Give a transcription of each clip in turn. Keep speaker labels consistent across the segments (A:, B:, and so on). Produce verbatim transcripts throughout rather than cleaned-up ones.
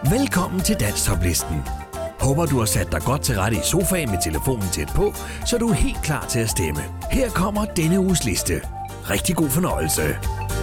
A: Velkommen til Danstoplisten. Håber du har sat dig godt til rette i sofaen med telefonen tæt på, så du er helt klar til at stemme. Her kommer denne uges liste. Rigtig god fornøjelse.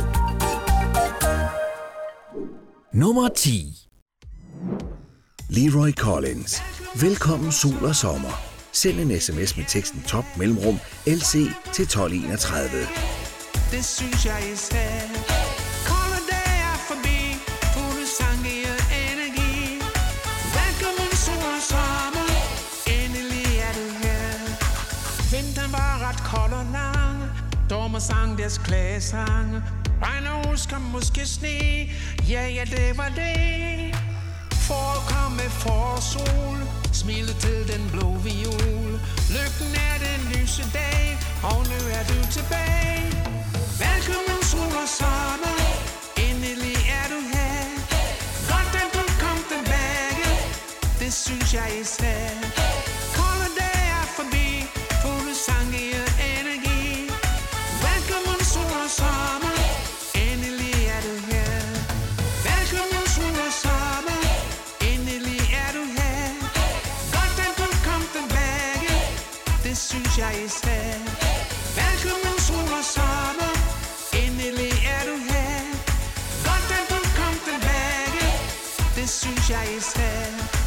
A: Nummer ti. Leroy Collins. Velkommen sol og sommer. Send en sms med teksten top mellemrum L C til tolv enogtredive.
B: Det synes jeg især. Kolde dage er forbi. Fulde sang giver energi. Velkommen sol og sommer. Endelig er du her. Vinteren var ret kold og lang. Dormer sang deres klagesang. Regn og hus kom måske sne. Ja, ja, det var det. For at komme med forårssol. Smile til den blå viol. Lykken er den lyse dag. Og nu er du tilbage. Velkommen sol og sommer. Endelig er du her. Godt at du kom tilbage. Det synes jeg især. Kolde dage er forbi. Fulde sang giver energi. Velkommen sol og sommer. Endelig er du her. Velkommen sol og sommer. Endelig er du her. Godt at du kom tilbage. Det synes jeg især. Velkommen sol og sommer. Endelig er du her. Godt at du kom tilbage. Det synes jeg især.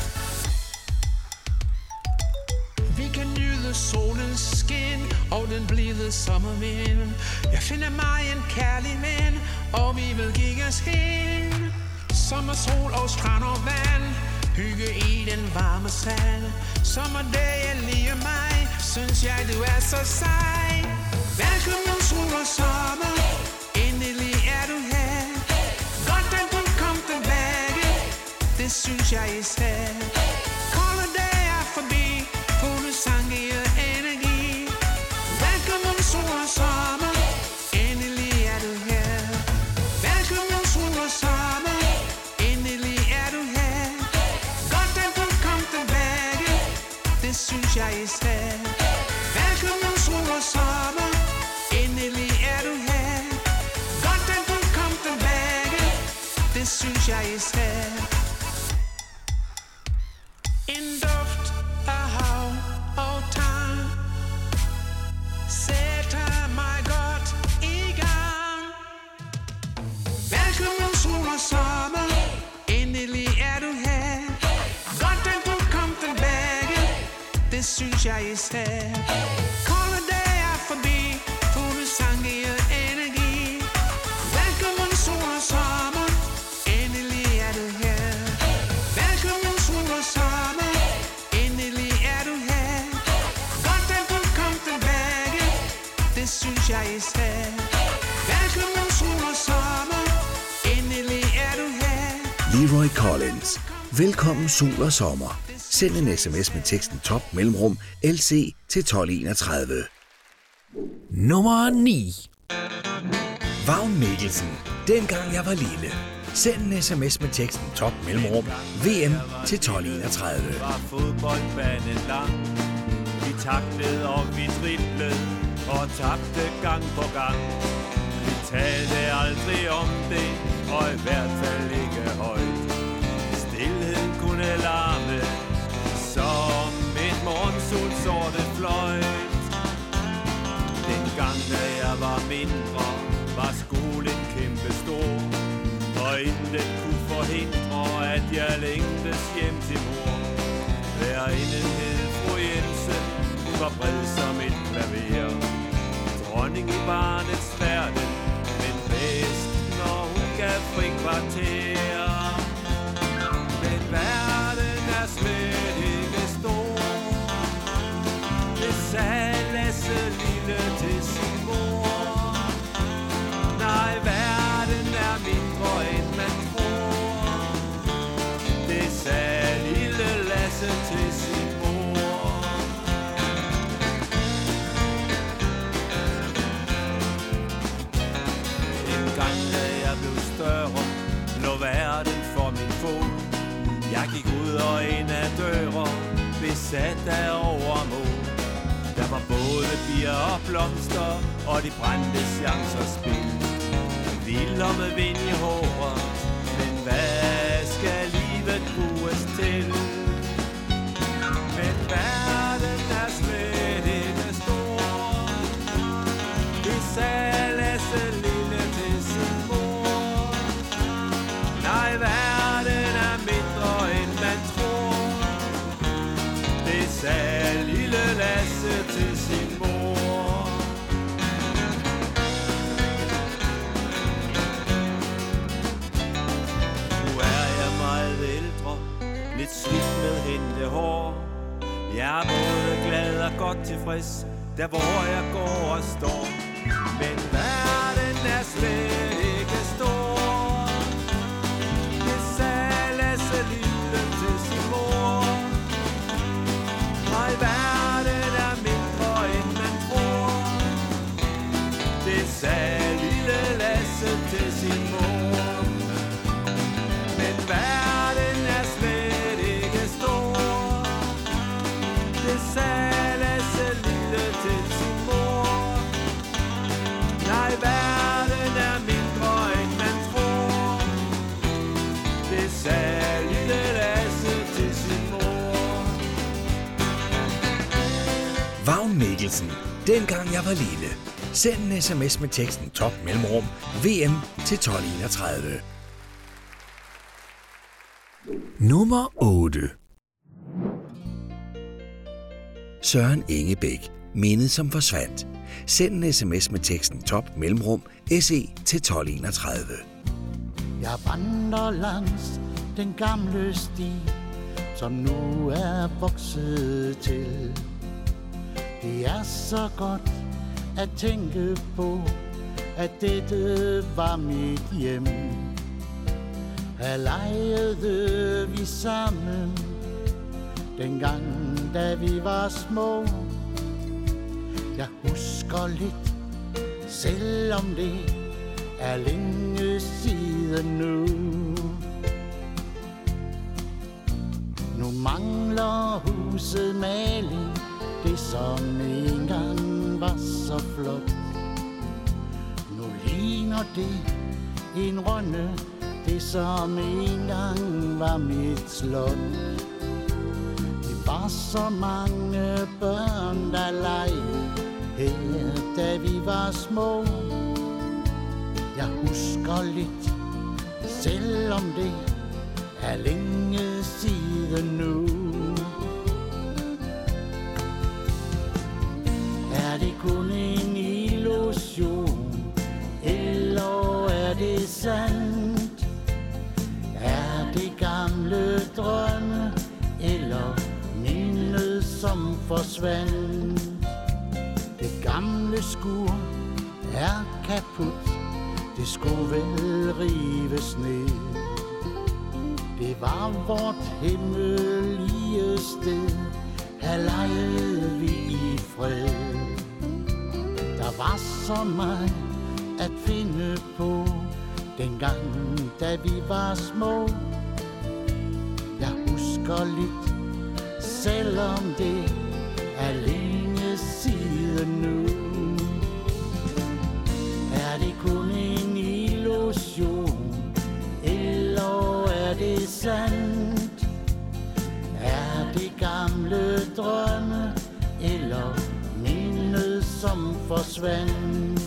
B: Vi kan nyde solens skin og den blide sommervind. Jeg finder mig en kærlig ven, og vi vil give os hen. Sommersol og strand og vand, hygge i den varme sand. Sommerdage lige mig, synes jeg du er så sej. Velkommen sol og sommer. Endelig er du her. Godt at du kom tilbage. Det synes jeg især. Kolde dage er forbi. Fulde sang giver energi. Velkommen sol og sommer. Endelig er du her. Velkommen sol og sommer. Endelig er du her. Godt at du kom tilbage. Det synes jeg især. Velkommen sol og sommer. Endelig er du her. Godt at du kom tilbage. Det synes jeg især. En duft af hav og tang sætter mig godt i gang. Velkommen sol og sommer. Endelig er du her. Godt at du kom tilbage. Det synes jeg især. Kolde dage er forbi. Fulde sang giver energi. Velkommen sol og sommer. Endelig er du her. Velkommen sol og sommer. Endelig er du her. Godt at du kom tilbage. Det synes jeg især. Velkommen sol og sommer. Endelig er du her.
A: Leroy Collins. Velkommen sol og sommer. Send en sms med teksten top mellemrum L C til tolv enogtredive. Nummer ni. Vagn Mikkelsen. Dengang jeg var lille. Send en sms med teksten top mellemrum V M til tolv enogtredive.
C: Var fodboldbanen lang. Vi taklede og vi driblede og tabte gang på gang. Vi talte aldrig om det, og i hvert fald ikke højt. Stilheden kunne larme som et morgensol sorte fløjt. Dengang da jeg var mindre, var skolen kæmpe stor, og intet kunne forhindre, at jeg længtes hjem til mor. Lærerinden hed fru Jensen, hun var bred som et klaver. Dronning i barnets verden, men bedst, når hun gav fri kvarter. Men verden er slet ikke stor, det sagde Lasse lille til sin mor. Nej, verden er mindre end man tror, det sagde lille Lasse til sin mor. En gang da jeg blev større, lå verden for min fod. Jeg gik ud og ind af døre, besat af overmod. Der var både bier og blomster, og de brændte chancer spil. Vild og med vind i håret, men hvad skal livet Jeg er både glad og godt tilfreds, der hvor jeg går og står. Men verden er slet ikke stor. Det sagde Lasse Lille til sin mor. Nej, verden er mindre end man tror. Det sagde lille Lasse til sin mor. Men verden er slet ikke stor. Det sagde Lasse Lille til sin mor. Nej, verden er mindre end man tror. Det sagde lille Lasse til sin mor.
A: Vagn Mikkelsen. Dengang jeg var lille. Send en sms med teksten top mellemrum V M til tolv enogtredive. Nummer otte. Søren Ingebæk. Mindet som forsvandt. Send en sms med teksten top mellemrum S E til tolv enogtredive.
D: Jeg vandrer langs den gamle sti, som nu er vokset til. Det er så godt at tænke på, at dette var mit hjem. Her legede vi sammen, dengang da vi var små. Jeg husker lidt, selvom det er længe siden nu. Nu mangler huset maling, det som engang var så flot. Nu ligner det en rønne, det som engang var mit slot. Det var så mange børn, der legede her, da vi var små. Jeg husker lidt, selvom det er længe siden nu. Er det kun en illusion, eller er det sandt? Er det gamle drømme, eller mindet som forsvandt? Det gamle skur er kaput, det skulle vel rives ned. Det var vort hemmelige sted, her legede vi i fred. Der var så meget at finde på, dengang da vi var små. Jeg husker lidt, selvom det er længe siden nu. Er det kun en illusion, eller er det sandt? Er det gamle drømme, eller mindet som forsvandt?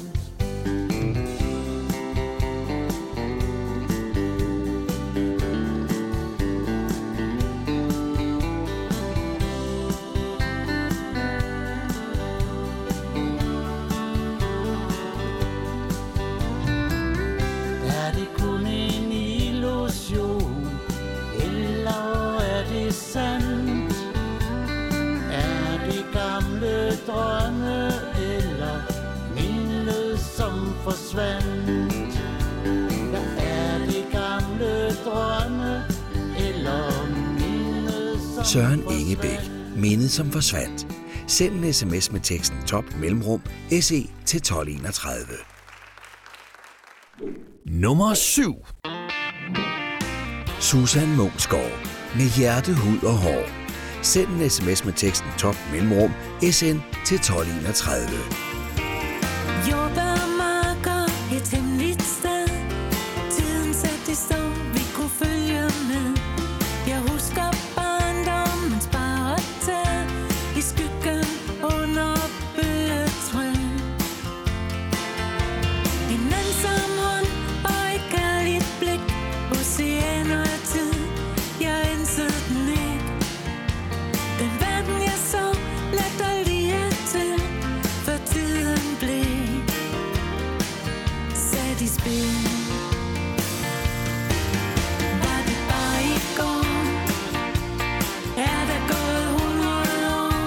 D: Drømme eller mindet som forsvandt? Ja, er det gamle drømme eller mindet som
A: Søren Ingebæk. Mindet som forsvandt. Send en sms med teksten top mellemrum S E til tolv enogtredive. Nummer syv. Susan Munksgaard. Med hjerte, hud og hår. Send en sms med teksten top mellemrum S N til tolv enogtredive.
E: Jordbærmarker, et hemmeligt sted. Tiden satte i stå, vi kunne følge med. Jeg husker barndommens baratær i skyggen under bøgetræ. En ensom hånd og et kærligt blik. Oceaner af tid, jeg indsede den ikke. Den verden jeg så, latterlige til, for tiden blev sat i spil. Var det bare i går? Er der gået hundrede år?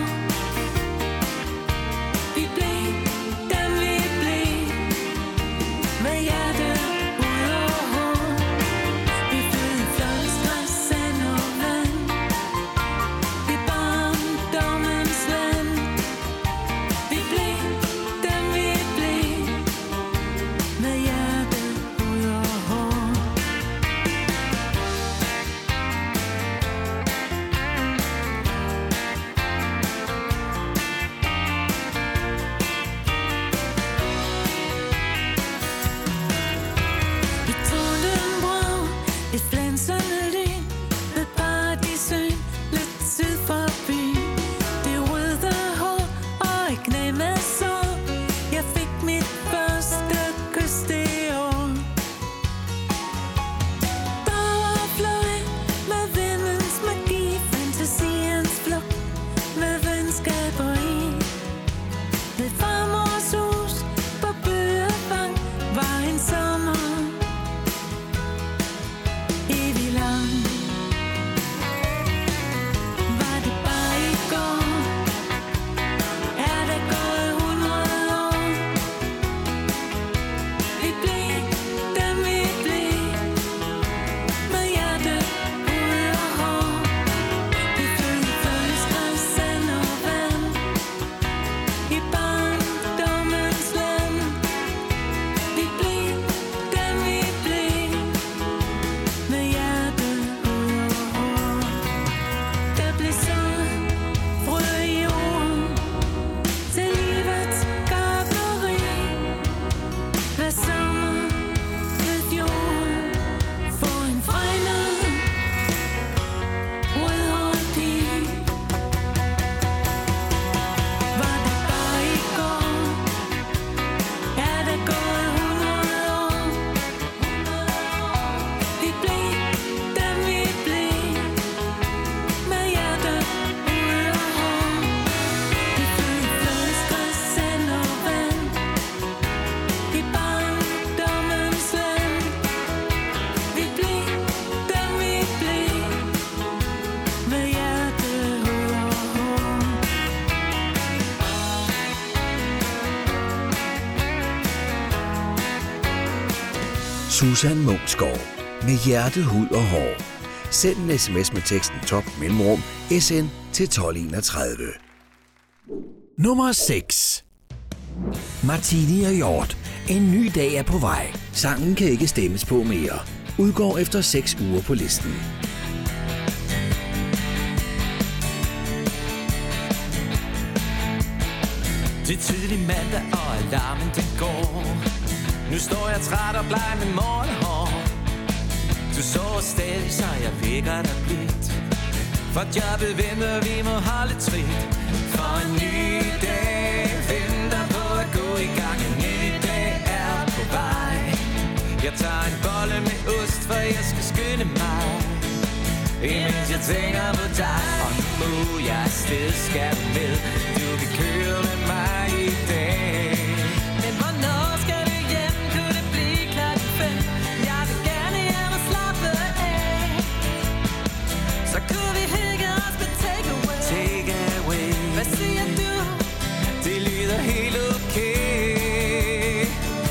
A: Susan Munksgaard. Med hjerte, hud og hår. Send en sms med teksten top mellemrum S N til tolv enogtredive. Nummer seks. Martini og Hjort. En ny dag er på vej. Sangen kan ikke stemmes på mere. Udgår efter seks uger på listen.
F: Det er tidlig mandag, og alarmen den går. Nu står jeg træt og bleg med morgenhår. Du sover stadig, så jeg vækker dig blidt. For jobbet venter, vi må holde trit. For en ny dag venter på at gå i gang. En ny dag er på vej. Jeg tager en bolle med ost, for jeg skal skynde mig. Imens jeg tænker på dig. Og nu må jeg afsted, skal du med. Du kan køre med mig i dag. Men hvornår skal du hjem? Kunne det blive klokken fem? Jeg vil gerne hjem og slappe af. Så kunne vi hygge os med takeaway. Takeaway. Hvad siger du? Det lyder helt okay.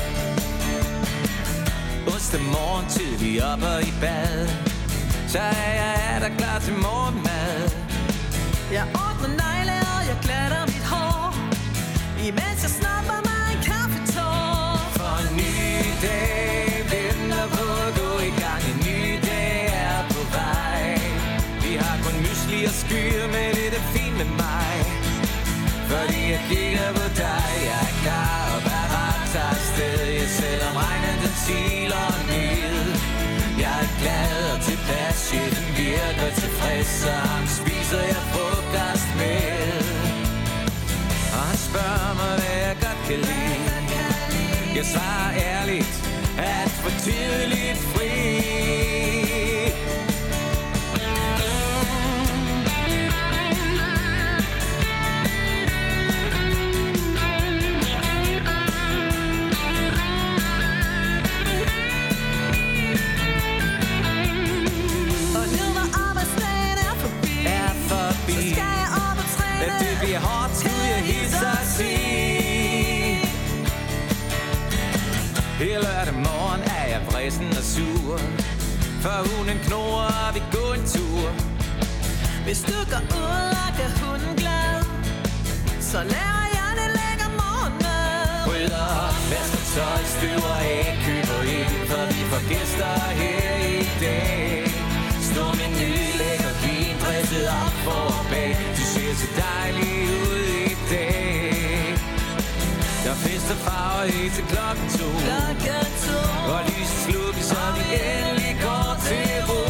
F: Onsdag morgen tidlig op og i bad. Så er jeg er der klar til morgenmad. Jeg ordner negle og jeg glatter mit hår, imens jeg snapper mig en kaffetår. For en ny dag venter på at gå i gang. En ny dag er på vej. Vi har kun mysli og skyer, men det er fint med mig. Fordi jeg kigger på dig. Jeg er klar og parat til afsted. Jeg selvom regnen den siler ned. Jeg er glad og tilpas, chefen virker tilfreds, så ham spiser jeg frokost med. Og han spørger mig, hvad jeg godt kan lide. Jeg svarer ærligt, at for tidligt fri. Hele lørdag morgen er jeg vresen og sur, for hunden knurrer og vi går en tur. Hvis du går ud og gør hunden glad, så laver jeg det lækker morgenmad. Rydder op, vasker tøj, støver af, køber ind, for vi får gæster her i dag. Stor menu, lækker vin, dresset op for bag. Du ser så dejlig ud i dag. Der fester farver helt til klokken to. Klokken to. Og lyset slukkes, så vi endelig går til ro.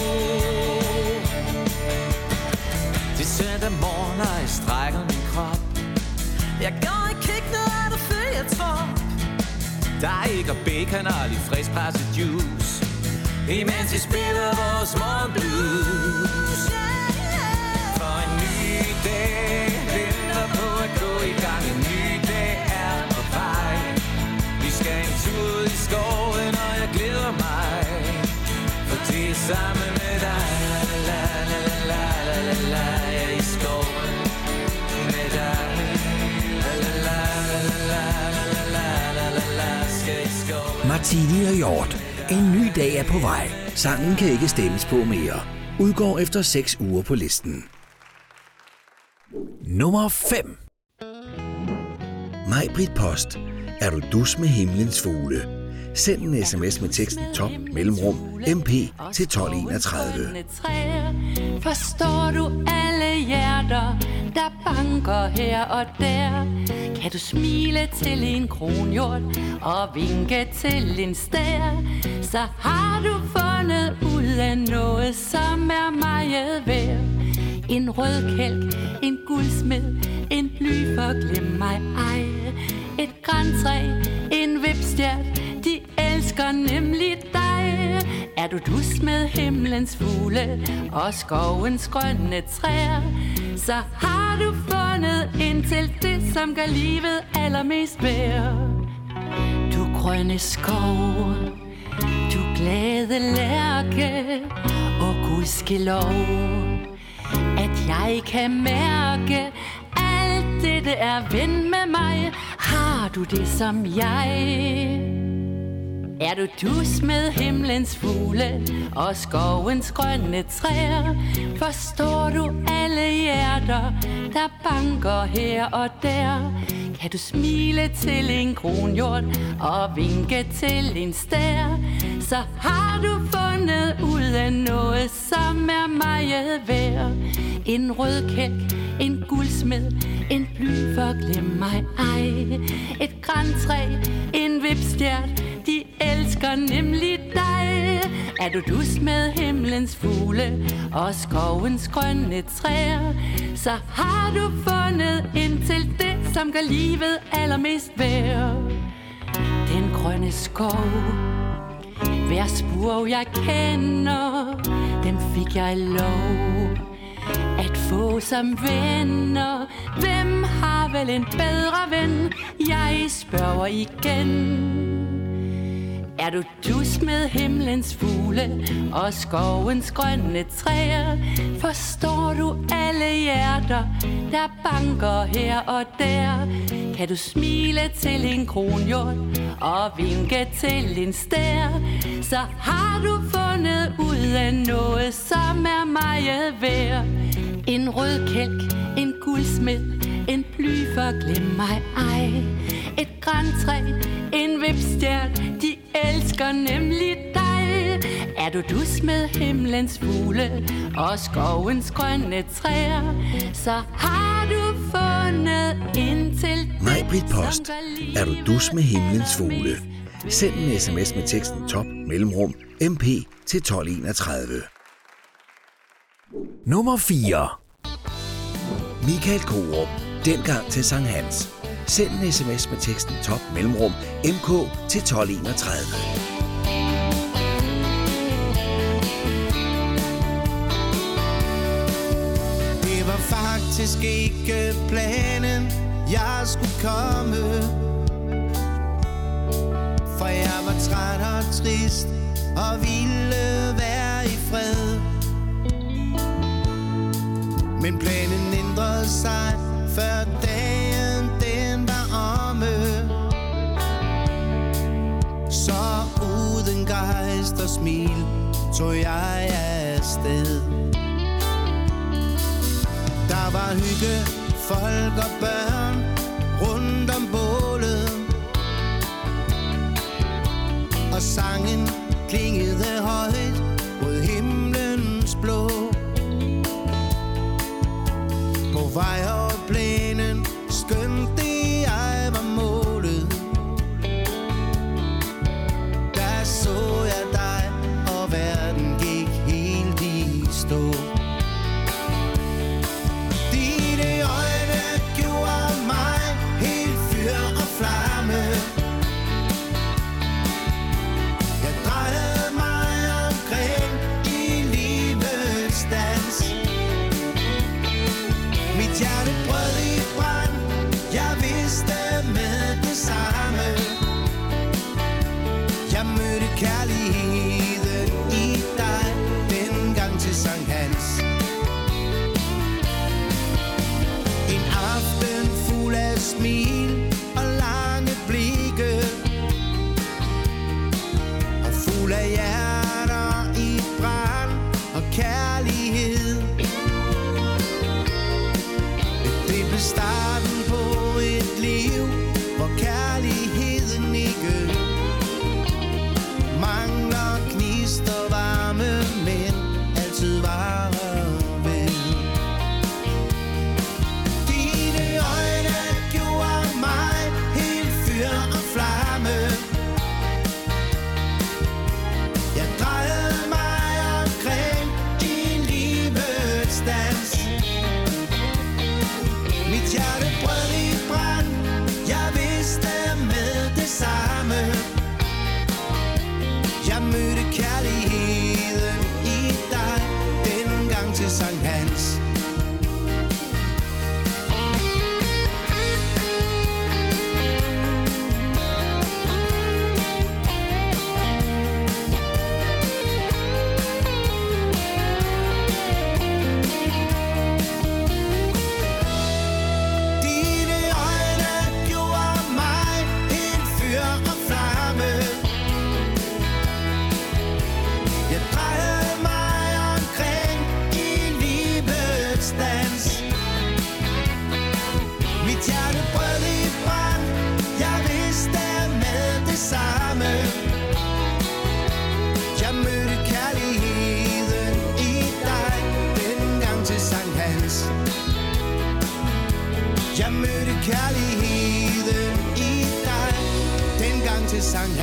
F: Det er søndag morgen, og jeg strækker min krop. Jeg går i køkkenet, og du følger trop. Der er ikke og bacon og lidt friskpresset juice, imens vi spiller vores morgenblues. For en ny dag venter på at gå i gang. En ny dag er på vej. Vi skal en tur ud i skoven, og jeg glæder mig, for det er sammen med dig. La la la la la la la, jeg er i skoven med dig. La la la la la la la la la la, skal i skoven.
A: Martini og Hjort. En ny dag er på vej. Sangen kan ikke stemmes på mere. Udgår efter seks uger på listen. Nummer fem. Maj-Britt Post. Er du dus med himlens fugle? Send en sms med teksten top mellemrum M P til tolv enogtredive.
E: Forstår du alle hjerter, der banker her og der? Kan du smile til en kronhjort og vinke til en stær? Så har du fundet ud af noget, som er meget værd. En rød kælk, en guldsmed, en bly for glem mig ej. Et grantræ, en vipstjert, de elsker nemlig dig. Er du dus med himlens fugle og skovens grønne træer, så har du fundet ind til det, som gør livet allermest værd. Du grønne skov, du glade lærke, og gudskelov, at jeg kan mærke, alt det, det er ven med mig. Har du det som jeg? Er du dus med himlens fugle og skovens grønne træer? Forstår du alle hjerter, der banker her og der? Kan du smile til en kronhjort og vinke til en stær? Så har du fundet ud af noget, som er meget værd. En rød kælk, en guldsmed, en bly for glem mig ej. Et grantræ, en vipstjert, de elsker nemlig dig. Er du dus med himlens fugle og skovens grønne træer, så har du fundet ind til det, som gør livet allermest værd. Den grønne skov, hver spur jeg kender, den fik jeg lov at få som venner. Hvem har vel en bedre ven? Jeg spørger igen. Er du dus med himlens fugle og skovens grønne træer? Forstår du alle hjerter, der banker her og der? Kan du smile til en kronhjort og vinke til en stær? Så har du fundet ud af noget, som er meget værd. En rød kælk, en guldsmed, en bly for glem mig ej. Et grantræ, en vipstjert, de elsker nemlig dig. Er du dus med himlens fugle og skovens grønne træer, så har du fundet ind til
A: Maj-Brit Post. Er du dus med himlens fugle? Send en sms med teksten top mellemrum M P til tolv enogtredive. Nummer fire. Michael Korup. Dengang til Sankt Hans. Send en sms med teksten top mellemrum M K til tolv enogtredive.
G: Det var faktisk ikke planen, jeg skulle komme, for jeg var træt og trist og ville være i fred. Men planen ændrede sig, før dagen den var omme. Så uden gejst og smil tog jeg afsted. Der var hygge, folk og børn rundt om bålet, og sangen klingede højt mod himlens blå. På vej over plænen, skønt det jeg var målet, der så jeg dig, og verden gik helt i stå. Dine øjne gjorde mig helt fyr og flamme. Jeg drejede mig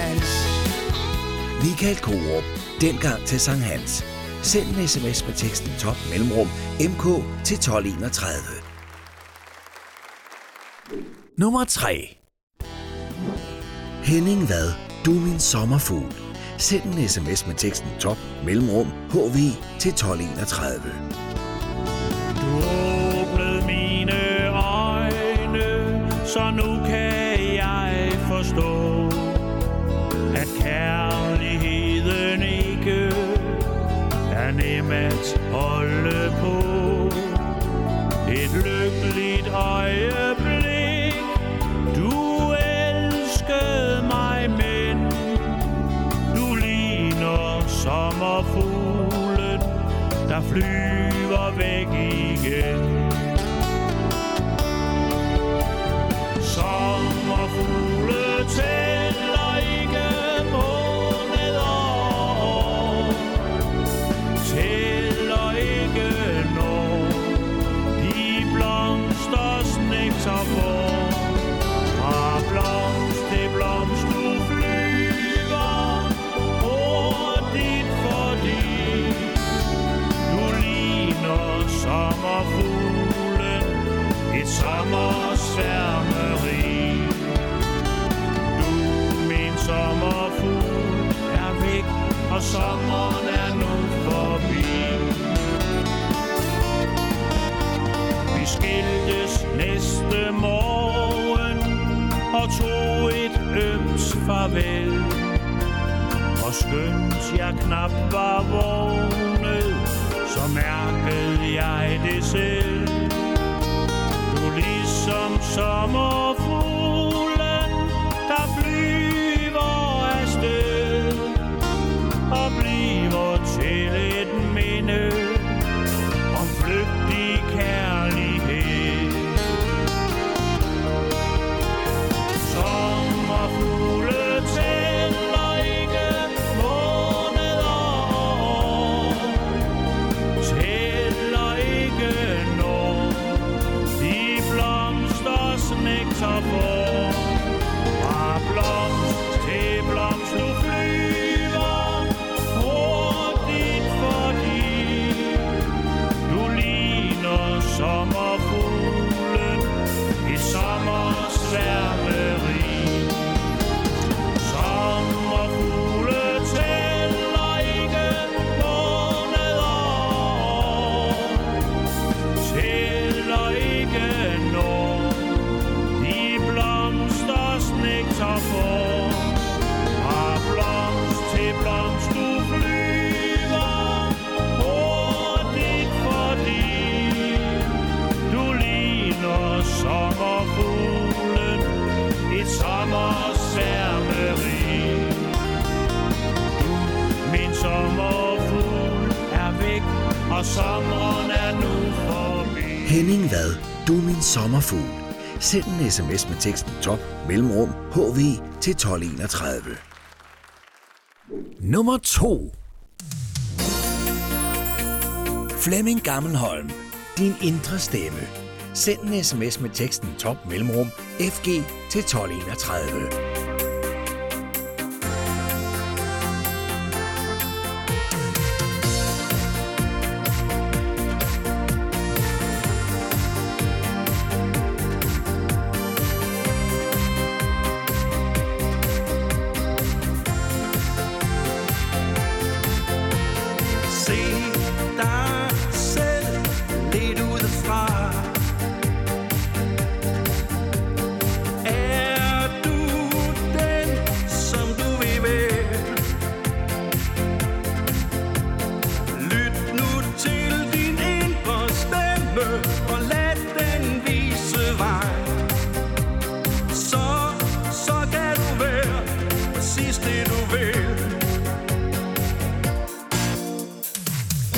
G: Hans.
A: Michael Korup, dengang til Sankt Hans. Send en sms med teksten top mellemrum M K til tolv enogtredive. Nummer tre. Henning Vad, du er min sommerfugl. Send en sms med teksten top mellemrum H V til tolv enogtredive.
C: Du åbnede mine øjne, så nu kan jeg forstå, at kærligheden ikke er nem at holde på. Et lykkeligt øjeblik, du elskede mig, men du ligner sommerfuglen, der flyver væk igen. Sommerfugle tæller ikke måneder, tæller ikke når de blomsters nektar får. Fra blomst til blomst du flyver hurtigt, fordi du ligner sommerfuglen, et sommersværmeri. Du, min sommerfugl, er væk, og sommeren er nu forbi. Vi skiltes næste morgen og tog et øms farvel. Og skønt jeg knap var vågnet, så mærkede jeg det selv. Du ligesom sommerfuglen, der flyver afsted og bliver til et minde om flygtig kærlighed. Sommerfugle tæller ikke måneder, tæller ikke når de blomsters nektar får. Fra blomst til blomst du flyver hurtigt, fordi du ligner sommerfuglen, et sommersværmeri. Sommerfugle tæller ikke måneder, tæller ikke når de blomsters nektar får. Fra blomst til blomst du flyver hurtigt, fordi du ligner sommerfuglen, et sommersværmeri. Du, min sommerfugl, er væk, og sommeren er nu forbi.
A: Henning Vad, du er min sommerfugl. Send en sms med teksten top mellemrum H V til tolv enogtredive. Nummer to. Flemming Gammelholm, din indre stemme. Send en sms med teksten top mellemrum F G til tolv enogtredive.
G: Se dig selv lidt udefra. Er du den, som du vil være? Lyt nu til din indre stemme og lad den vise vej. Så, så kan du være præcis det du vil.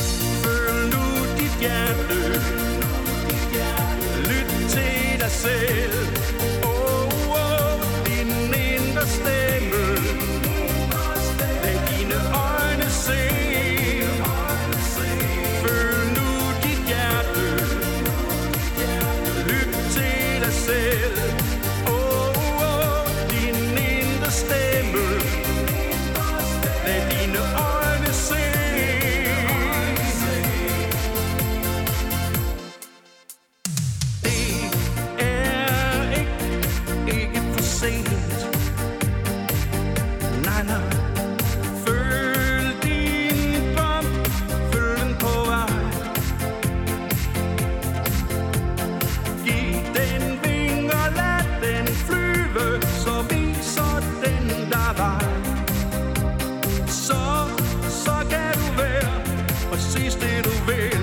C: Så, så kan du være præcis det du vil.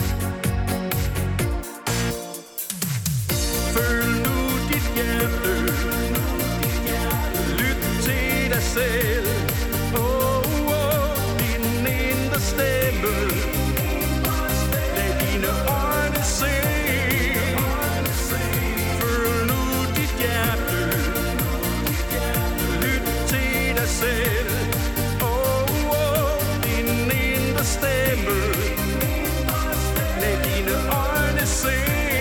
C: Føl nu dit hjerte, lyt til dig selv. Oh, oh, din indre stemme, lad dine øjne se. Føl nu dit hjerte, lyt til dig selv. Oh, oh, din indre stemme, lad dine øjne se.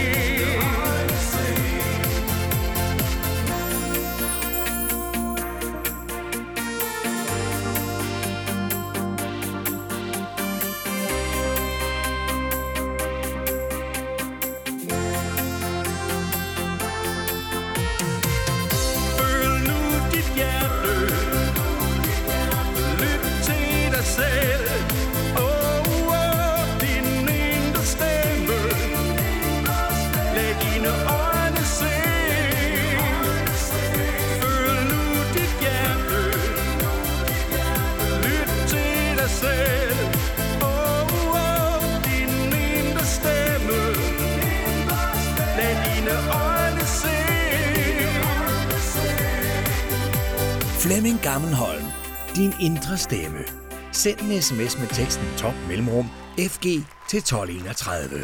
A: Flemming Gammelholm, din indre stemme. Send en sms med teksten top mellemrum F G til tolv enogtredive.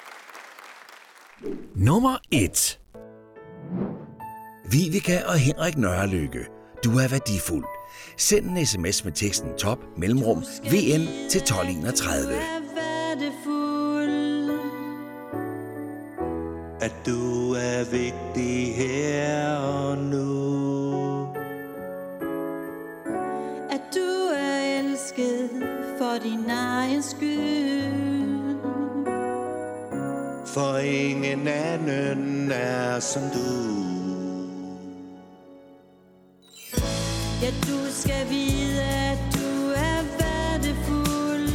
A: Nummer et. Vivica og Henrik Nørrelykke, du er værdifuld. Send en sms med teksten top mellemrum V N til tolv enogtredive.
G: At du er vigtig her og nu.
H: At du er elsket for din egen skyld.
G: For ingen anden er som du.
H: Ja, du skal vide, at du er værdifuld.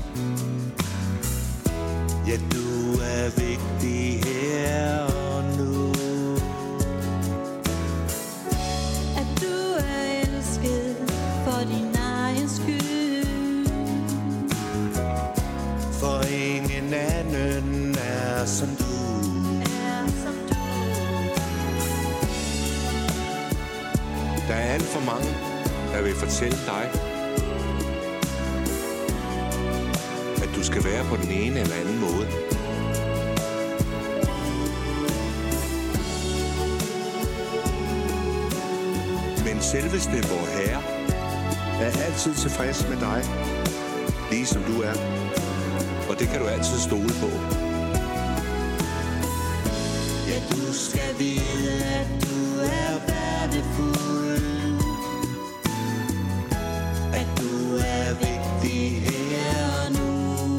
G: Ja, du er vigtig her og nu.
H: At du er elsket for din egen skyld.
G: For ingen anden er som du.
H: Er som du.
I: Der er alt for mange, der vil fortælle dig, at du skal være på den ene eller anden måde. Men selveste vor Herre er altid tilfreds med dig, lige som du er. Og det kan du altid stole på.
G: Ja, du skal vide, at du er værdifuld. At du er vigtig her og nu.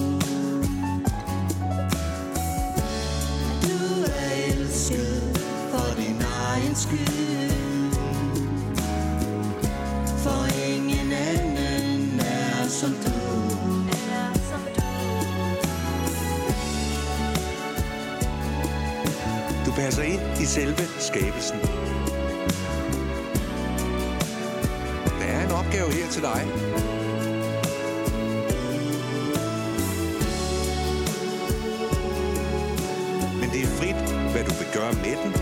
G: At du er elsket for din egen skyld. For ingen anden er som du.
H: Er som du.
I: Du passer ind i selve skabelsen. Der er en opgave her til dig. Men det er frit, hvad du vil gøre med den.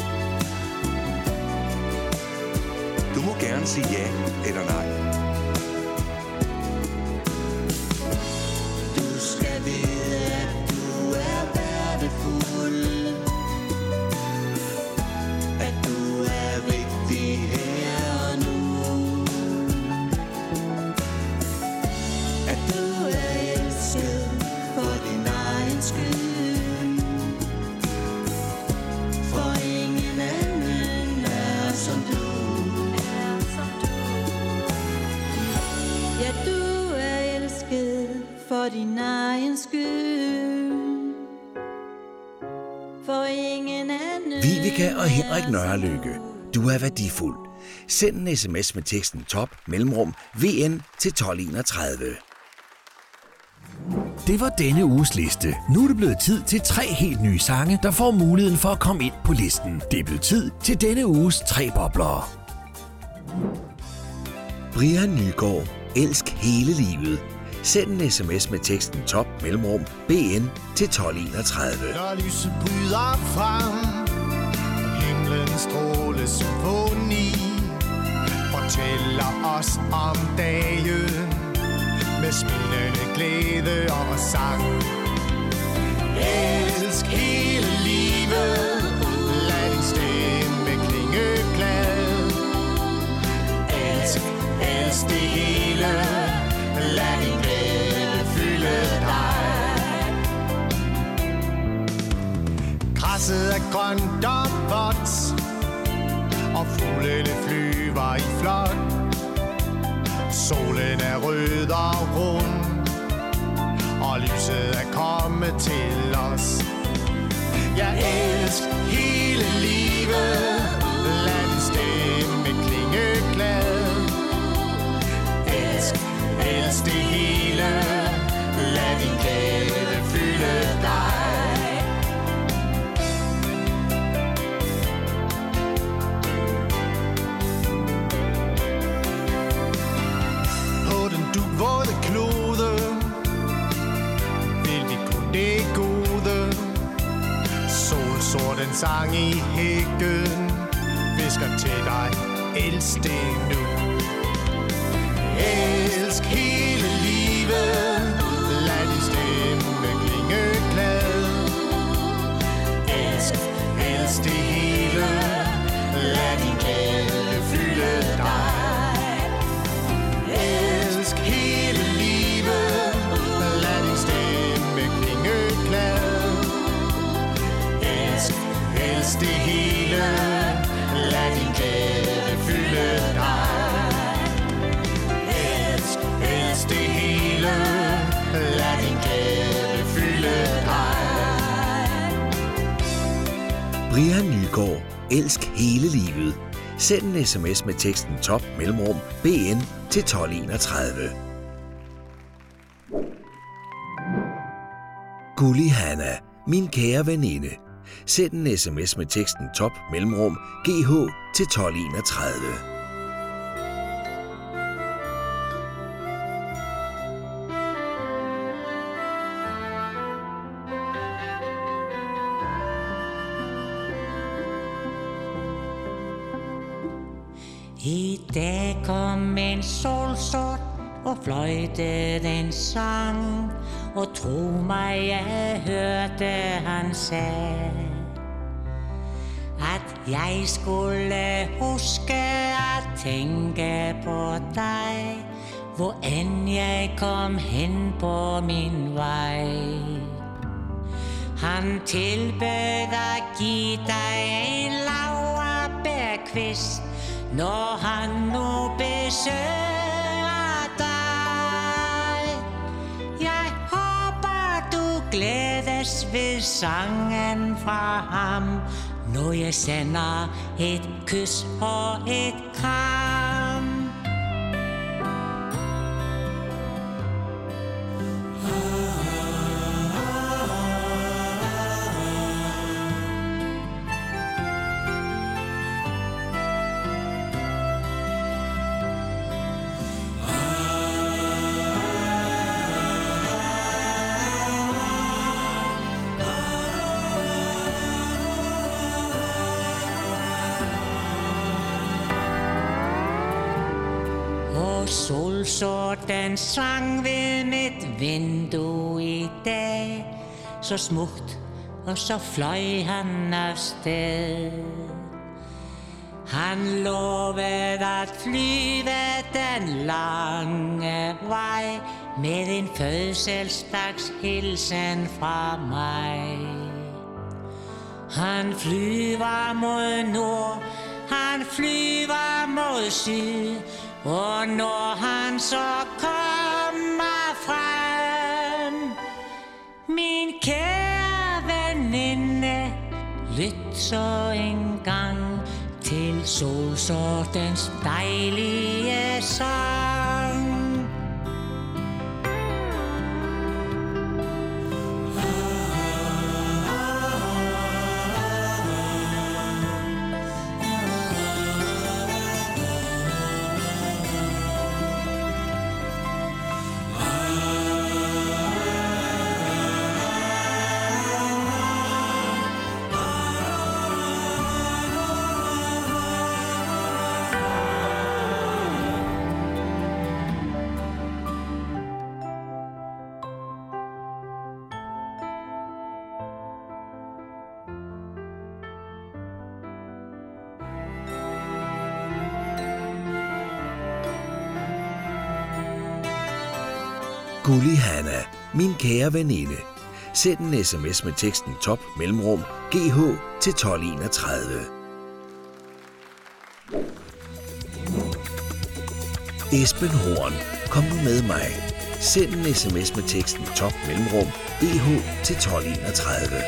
I: Du må gerne sige ja eller nej.
G: Du skal vide, at du er værdifuld. At du er vigtig her og nu. At du er elsket for din egen skyld. For ingen anden er som du.
H: Er som du. Ja, du er elsket for din egen skyld. For ingen anden.
A: Vivica og Henrik Nørrelykke, du er værdifuld. Send en sms med teksten top mellemrum V N til tolv enogtredive. Det var denne uges liste. Nu er det blevet tid til tre helt nye sange, der får muligheden for at komme ind på listen. Det er blevet tid til denne uges tre boblere. Brian Nygaard, elsk hele livet. Send en sms med teksten top mellemrum B N til tolv enogtredive.
G: Når lyset bryder frem, himlen stråle symfoni, fortæller os om dagen med smilende glæde og sang. Elsk hele livet, lad din stemme klinge glad. Elsk, elsk det hele, lad din glæde fylde dig. Græsset er grønt og vådt, og fuglene flyver i flok. Solen er rød og rund, og lyset er kommet til os. Jeg elsker hele livet, lad din stemme klinge glad. Elsk, elsk det hele, lad din glæde fylde dig. På den dugvåde klode vil vi kunne det gode. Solsorten sang i hækken visker til dig, elsk det nu. Elsk hele livet, lad din stemme klinge glad. Elsk, elsk det hele, lad din glæde fylde dig. Elsk hele livet, lad din stemme klinge glad. Elsk, elsk det hele, lad din glæde fylde dig. Elsk, elsk det hele, lad din glæde fylde dig.
A: Brian Nygaard, elsk hele livet. Send en sms med teksten top mellemrum B N til tolv enogtredive. Gulli Hanna, min kære veninde. Send en sms med teksten top mellemrum G H til tolv enogtredive.
D: I dag kom en solsort og fløjte den sang, og tro mig, jeg hørte han sagde, at jeg skulle huske at tænke på dig, hvor end jeg kom hen på min vej. Han tilbød at give dig en laurbærkvist, når han nu besøger dig. Jeg håber du glædes ved sangen fra ham, når jeg sender et kys og et kram. Solsorten sang ved mit vindue i dag, så smukt, og så fløj han afsted. Han lovede at flyve den lange vej, med en fødselsdags hilsen fra mig. Han flyver mod nord, han flyver mod syd, og når han så kommer frem, min kære veninde, lyt så en gang til solsortens dejlige sang.
A: Gulli Hanna, min kære veninde. Send en sms med teksten top mellemrum gh til tolv enogtredive. Esben Horn, kom nu med mig. Send en sms med teksten top mellemrum eh til tolv enogtredive.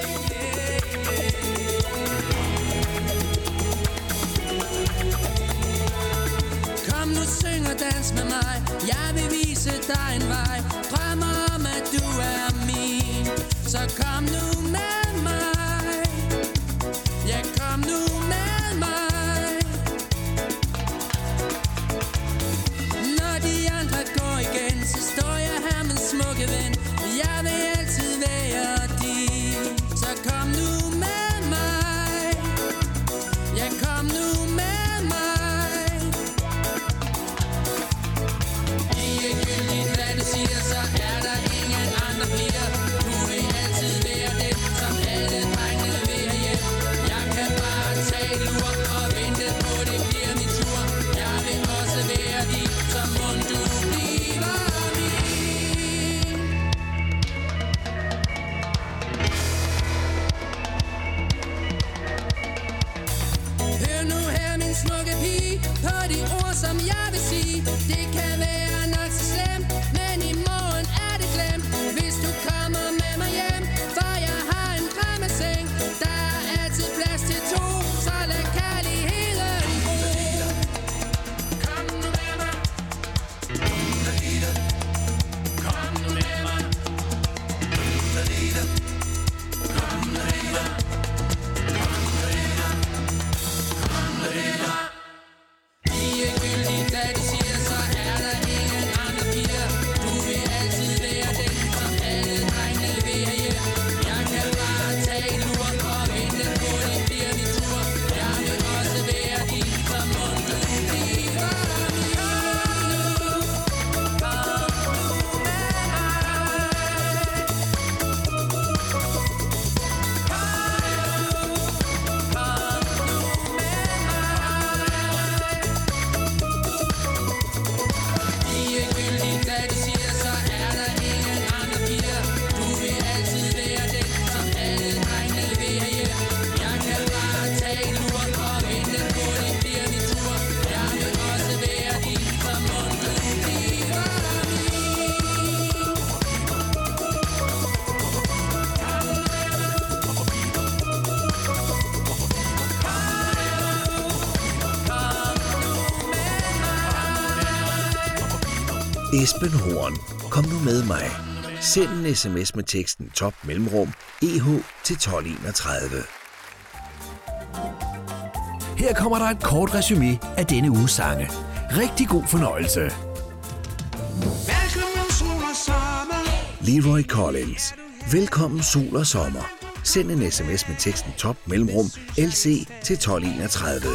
J: Kom nu, syng og dans med mig. Jeg vil vise dig en vej. Drømmer om, at du er min. Så kom nu med mig. Ja, kom nu med mig. Når de andre går igen, så står jeg her med smukke ven. Jeg vil altid være din. Så kom nu med mig. Ja, kom nu med mig. Ligegyldigt hvad du siger, så er der ingen andre piger. Du vil altid være den, som alle drengene vil have hjem. Jeg kan bare tage et lur og vente på, det bliver min tur. Jeg vil også være din, som mon du bliver min. Hør nu her, min smukke pige, på de ord, som jeg vil sige. Det kan være nok så slemt, men i morgen er det glemt. Hvis du kommer med mig hjem, for jeg har en drømmeseng. Der er altid plads til to, så lad kærligheden bo. Kom nu med mig. Kom nu med mig. Kom nu med mig. Ligegyldigt hvad du siger, så er der ingen andre piger. Du vil altid være den, som alle drengene vil have hjem. Jeg kan bare tage et lur og vente på, det bliver min tur. Jeg vil også være din, som mon du bliver min. Ligegyldigt hvad du siger, så er der ingen andre piger. Du vil altid være den, som alle drengene vil have hjem. Jeg kan bare tage et lur og vente på, det bliver min tur. Jeg vil også være din, som mon du bliver
A: Esben Horn, kom nu med mig. Send en sms med teksten top mellemrum eh til tolv enogtredive.
K: Her kommer der et kort resumé af denne uges sange. Rigtig god fornøjelse.
B: Velkommen sol og sommer.
A: Leroy Collins, velkommen sol og sommer. Send en sms med teksten top mellemrum L C til tolv enogtredive.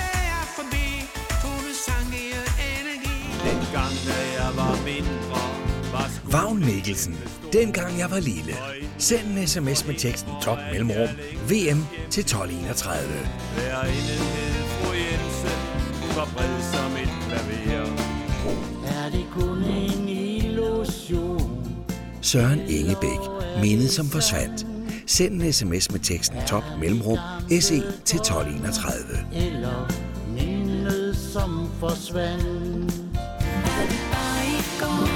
C: Dengang da jeg var mindre, var
A: Vagn Mikkelsen, dengang jeg var lille. Send en sms med teksten top mellemrum V M til tolv enogtredive.
C: Værinde hed fru Jensen, var bred som et klaver.
L: Er det kun en illusion?
A: Søren Ingebæk, mindet som forsvandt. Send en sms med teksten top mellemrum S E til tolv enogtredive.
L: Eller mindet som forsvandt?
E: Er det bare i går?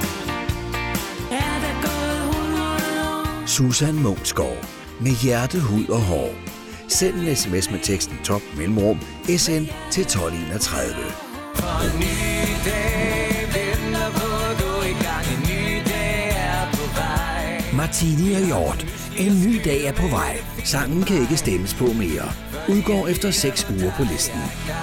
E: Er der gået hundrede år?
A: Susan Munksgaard, med hjerte, hud og hår. Send en sms med teksten top mellemrum S N til tolv enogtredive.
F: For en ny dag venter på at gå i gang. En ny dag er på vej.
K: Martini og Hjort. En ny dag er på vej.
A: Sangen kan ikke stemmes på mere. Udgår efter seks uger på listen.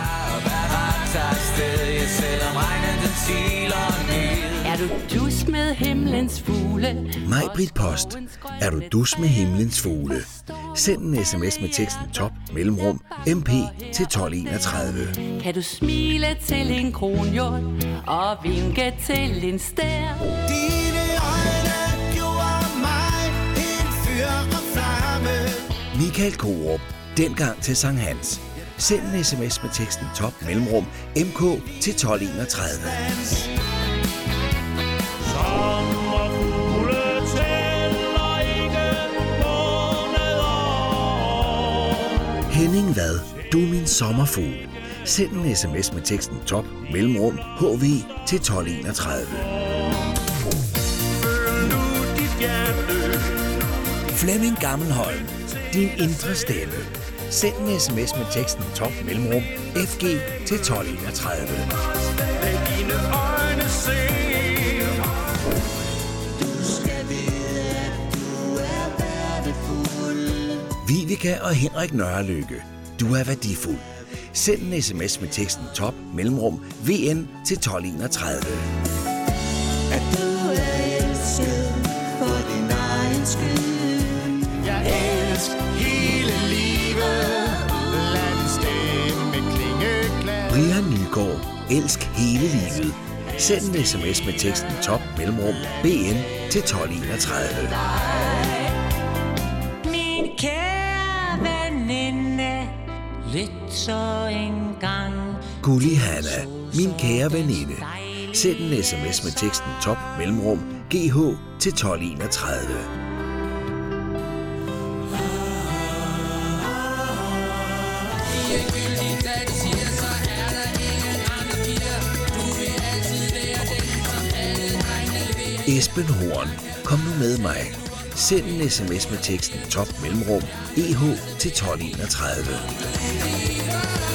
E: Er du dus med himlens fugle?
A: Maj-Brit Post, er du dus med himlens fugle? Send en sms med teksten top mellemrum M P til tolv enogtredive.
E: Kan du smile til en kronhjort og vinke til en stær?
G: Dine øjne gjorde mig en fyr og flamme.
A: Michael Korup, dengang til Sankt Hans. Send en sms med teksten top mellemrum M K til tolv enogtredive.
C: Sommer
A: Henning Vad, du er min sommerfugl. Send en sms med teksten top mellemrum H V til tolv enogtredive. Flemming Gammelholm, din indre stemme. Send en sms med teksten top mellemrum F G til tolv enogtredive. Vivica og Henrik Nørrelykke, du er værdifuld. Send en sms med teksten top mellemrum V N til tolv enogtredive.
H: At du er elsket for din egen skyld.
G: Jeg elsker hele livet. Lad den stemme klinge glad.
A: Brian Nygaard, elsk hele livet. Send en sms med teksten top mellemrum B N til tolv enogtredive.
D: Min kære veninde, lyt så en gang.
A: Gulli Hanna, min kære veninde. Send en sms med teksten top mellemrum G H til tolv enogtredive. Esben Horn, kom nu med mig. Send en sms med teksten top mellemrum E H til tolv enogtredive.